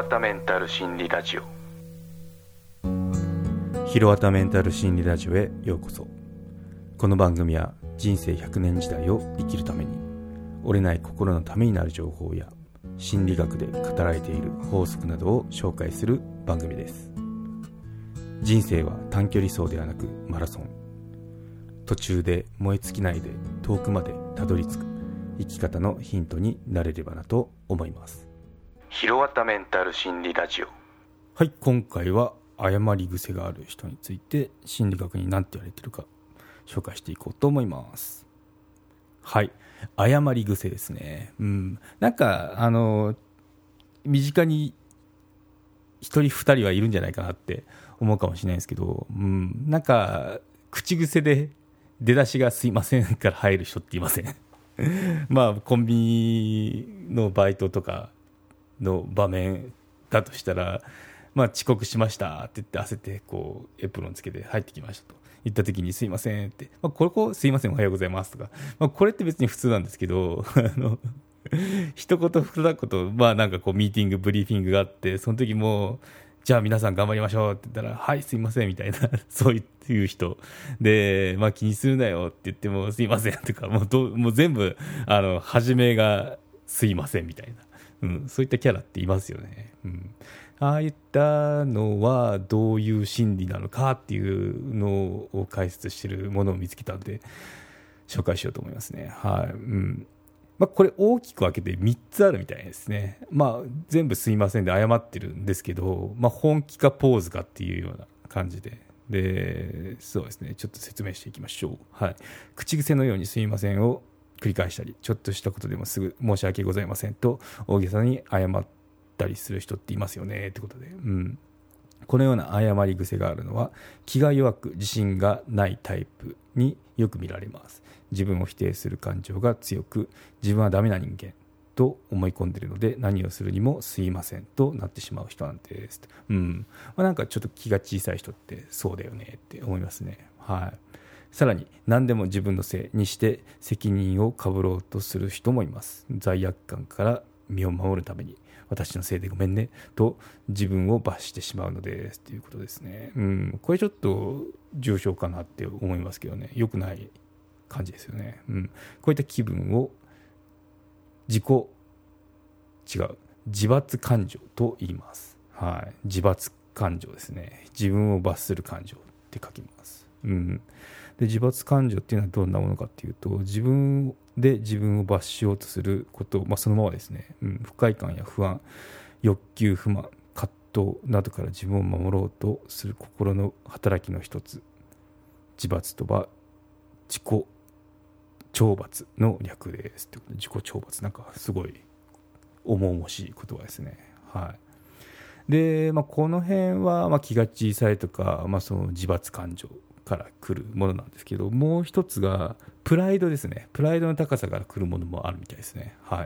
わたメンタル心理ラジオ。 ひろわたメンタル心理ラジオへようこそ。この番組は人生100年時代を生きるために折れない心のためになる情報や心理学で語られている法則などを紹介する番組です。人生は短距離走ではなくマラソン。途中で燃え尽きないで遠くまでたどり着く生き方のヒントになれればなと思います。 ひろわたメンタル心理ラジオ。 はい、今回は誤り癖がある人について心理学に何て言われているか紹介していこうと思います。はい、誤り癖ですね。なんか身近に一人二人はいるんじゃないかなって思うかもしれないですけど、なんか口癖で出だしがすいませんから入る人っていませんまあコンビニのバイトとかの場面だとしたら、遅刻しましたって言って焦ってこうエプロンつけて入ってきましたと言った時にすいませんって、すいませんおはようございますとか、これって別に普通なんですけど一言二言なんかこうミーティングブリーフィングがあって、その時もじゃあ皆さん頑張りましょうって言ったらはいすいませんみたいなそういう人で、気にするなよって言ってもすいませんとかもう全部初めがすいませんみたいな、そういったキャラっていますよね。ああいったのはどういう心理なのかっていうのを解説しているものを見つけたので紹介しようと思いますね。はい。これ大きく分けて3つあるみたいですね。全部すいませんで謝ってるんですけど、本気かポーズかっていうような感じで、そうですね、ちょっと説明していきましょう。はい。口癖のようにすいませんを繰り返したり、ちょっとしたことでもすぐ申し訳ございませんと大げさに謝ったりする人っていますよねってことで、このような誤り癖があるのは気が弱く自信がないタイプによく見られます。自分を否定する感情が強く、自分はダメな人間と思い込んでいるので何をするにもすいませんとなってしまう人なんです。なんかちょっと気が小さい人ってそうだよねって思いますね。はい。さらに何でも自分のせいにして責任をかぶろうとする人もいます。罪悪感から身を守るために私のせいでごめんねと自分を罰してしまうのですということですね。これちょっと重症かなって思いますけどね。良くない感じですよね。こういった気分を自罰感情と言います。はい、自罰感情ですね。自分を罰する感情って書きます。で自罰感情っていうのはどんなものかっていうと、自分で自分を罰しようとすること、そのままですね。不快感や不安、欲求、不満、葛藤などから自分を守ろうとする心の働きの一つ。自罰とは自己懲罰の略ですってことで、自己懲罰なんかすごい重々しい言葉ですね。はい。で、この辺は気が小さいとか、その自罰感情から来るものなんですけど、もう一つがプライドですね。プライドの高さから来るものもあるみたいですね。はい。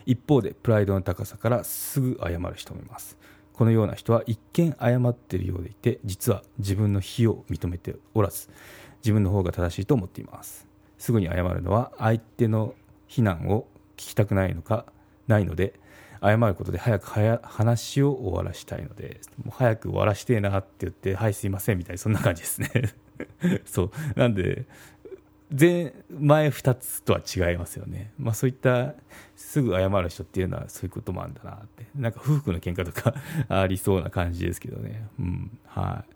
一方でプライドの高さからすぐ謝る人もいます。このような人は一見謝っているようでいて、実は自分の非を認めておらず、自分の方が正しいと思っています。すぐに謝るのは相手の非難を聞きたくないので、謝ることで早く話を終わらしたいので、もう早く終わらしてえなって言ってはいすいませんみたいな、そんな感じですねそうなんで前2つとは違いますよね。そういったすぐ謝る人っていうのはそういうこともあるんだなって、なんか夫婦の喧嘩とかありそうな感じですけどね。はい。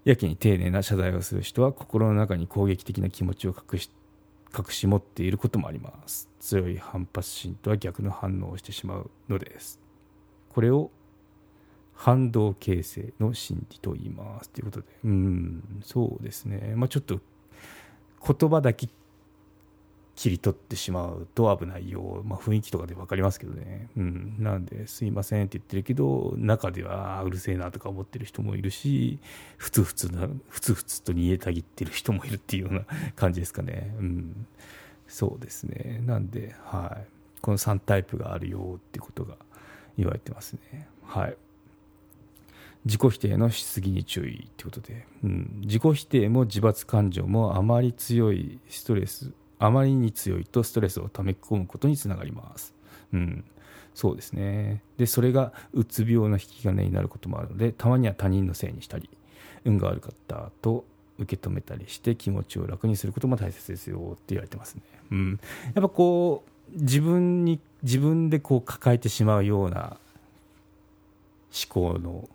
やけに丁寧な謝罪をする人は心の中に攻撃的な気持ちを隠し持っていることもあります。強い反発心とは逆の反応をしてしまうのです。これを反動形成の心理と言いますということで、そうですね。ちょっと言葉だけ切り取ってしまうと危ないよ、雰囲気とかで分かりますけどね。なんですいませんって言ってるけど中ではうるせえなとか思ってる人もいるし、ふつふつと煮えたぎってる人もいるっていうような感じですかね。そうですね。なんで、この3タイプがあるよってことが言われてますね。はい。自己否定のしすぎに注意ということで、自己否定も自罰感情もあまりに強いとストレスを溜め込むことにつながります。 そうですね。でそれがうつ病の引き金になることもあるので、たまには他人のせいにしたり、運が悪かったと受け止めたりして気持ちを楽にすることも大切ですよって言われてますね。やっぱこう自分でこう抱えてしまうような思考の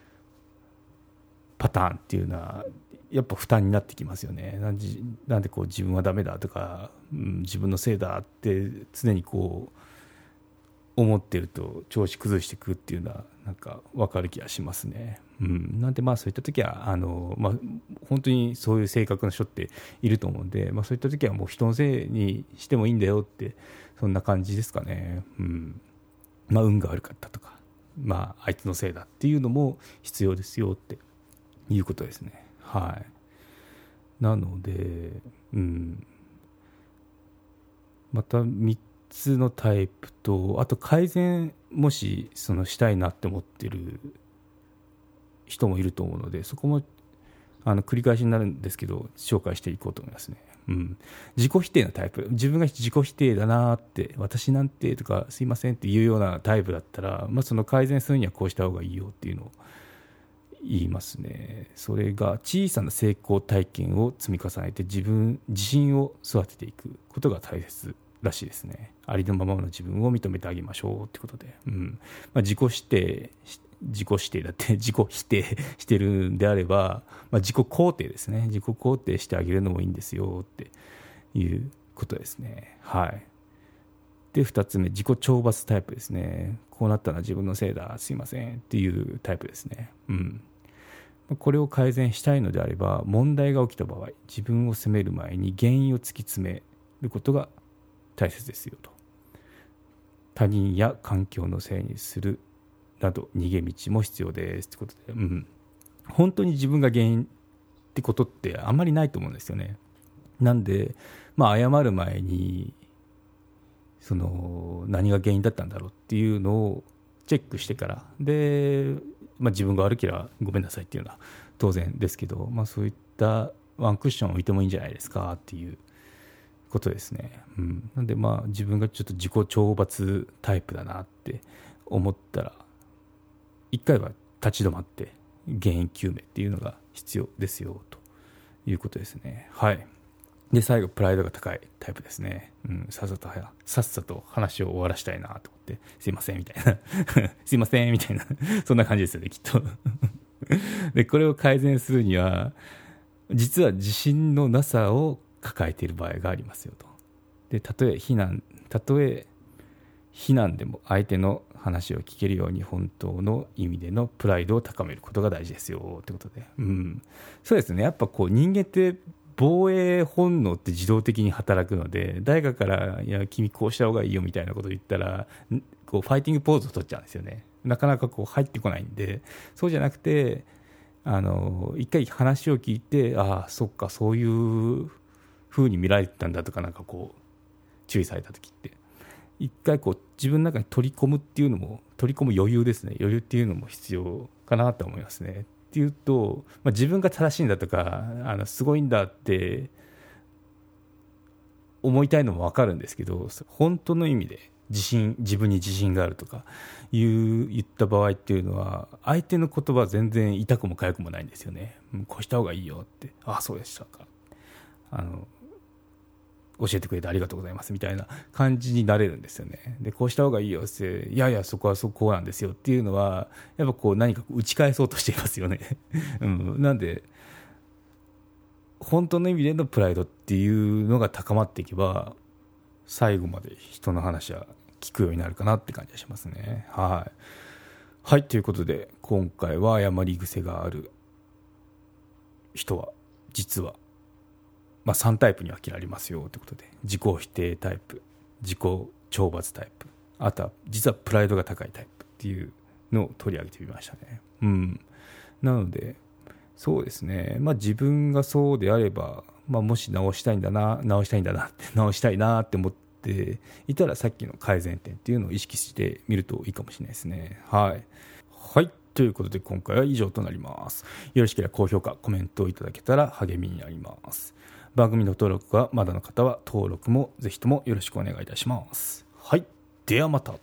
パターンっていうのはやっぱ負担になってきますよね。なんでこう自分はダメだとか、自分のせいだって常にこう思ってると調子崩していくっていうのはなんか分かる気がしますね。なんでそういった時は本当にそういう性格の人っていると思うんで、そういった時はもう人のせいにしてもいいんだよって、そんな感じですかね。運が悪かったとか、あいつのせいだっていうのも必要ですよっていうことですね。なので、また3つのタイプと、あと改善もししたいなって思ってる人もいると思うので、そこも繰り返しになるんですけど紹介していこうと思いますね。自己否定のタイプ、自分が自己否定だなって、私なんてとかすいませんっていうようなタイプだったら、その改善するにはこうした方がいいよっていうのを言いますね。それが小さな成功体験を積み重ねて自信を育てていくことが大切らしいですね。ありのままの自分を認めてあげましょうってことで、自己否定だって自己否定してるんであれば、自己肯定ですね。自己肯定してあげるのもいいんですよっていうことですね。で2つ目、自己懲罰タイプですね。こうなったのは自分のせいだ、すいませんっていうタイプですね。これを改善したいのであれば、問題が起きた場合、自分を責める前に原因を突き詰めることが大切ですよと。他人や環境のせいにするなど逃げ道も必要ですってことで、本当に自分が原因ってことってあんまりないと思うんですよね。なんで、謝る前に何が原因だったんだろうっていうのをチェックしてからで、自分が悪ければごめんなさいっていうのは当然ですけど、そういったワンクッションを置いてもいいんじゃないですかっていうことですね。なんで自分がちょっと自己懲罰タイプだなって思ったら、一回は立ち止まって原因究明っていうのが必要ですよということですね。で最後、プライドが高いタイプですね。さっさと話を終わらしたいなと思って、すいませんみたいなすいませんみたいなそんな感じですよね、きっとでこれを改善するには、実は自信のなさを抱えている場合がありますよと。でたとえ非難でも相手の話を聞けるように本当の意味でのプライドを高めることが大事ですよってことで、そうですね。やっぱ人間って防衛本能って自動的に働くので、誰かからいや君こうした方がいいよみたいなことを言ったらファイティングポーズを取っちゃうんですよね。なかなか入ってこないんで、そうじゃなくて一回話を聞いて、そっかそういう風に見られてたんだとか、注意された時って一回自分の中に取り込む余裕ですね。余裕っていうのも必要かなと思いますね。っていうと、自分が正しいんだとかすごいんだって思いたいのも分かるんですけど、本当の意味で自分に自信があるとか言った場合っていうのは、相手の言葉は全然痛くも痒くもないんですよね。こうした方がいいよって、そうでしたか、教えてくれてありがとうございますみたいな感じになれるんですよね。でこうした方がいいよって、いやそこはこうなんですよっていうのは、やっぱ何か打ち返そうとしていますよねなんで本当の意味でのプライドっていうのが高まっていけば、最後まで人の話は聞くようになるかなって感じがしますね。ということで、今回は謝り癖がある人は実は3タイプに分けられますよということで、自己否定タイプ、自己懲罰タイプ、あとは実はプライドが高いタイプっていうのを取り上げてみましたね。なのでそうですね、自分がそうであれば、もし直したいなって思っていたら、さっきの改善点っていうのを意識してみるといいかもしれないですね。ということで、今回は以上となります。よろしければ高評価、コメントをいただけたら励みになります。番組の登録がまだの方は登録もぜひともよろしくお願いいたします。 ではまた。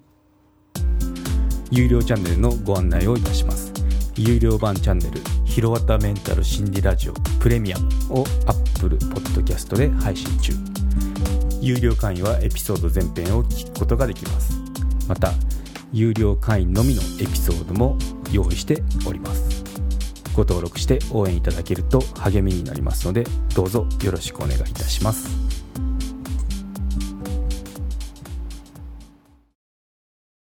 有料チャンネルのご案内をいたします。有料版チャンネルひろわたメンタル心理ラジオプレミアムを Apple Podcast で配信中。有料会員はエピソード全編を聞くことができます。また有料会員のみのエピソードも用意しております。ご登録して応援いただけると励みになりますので、どうぞよろしくお願いいたします。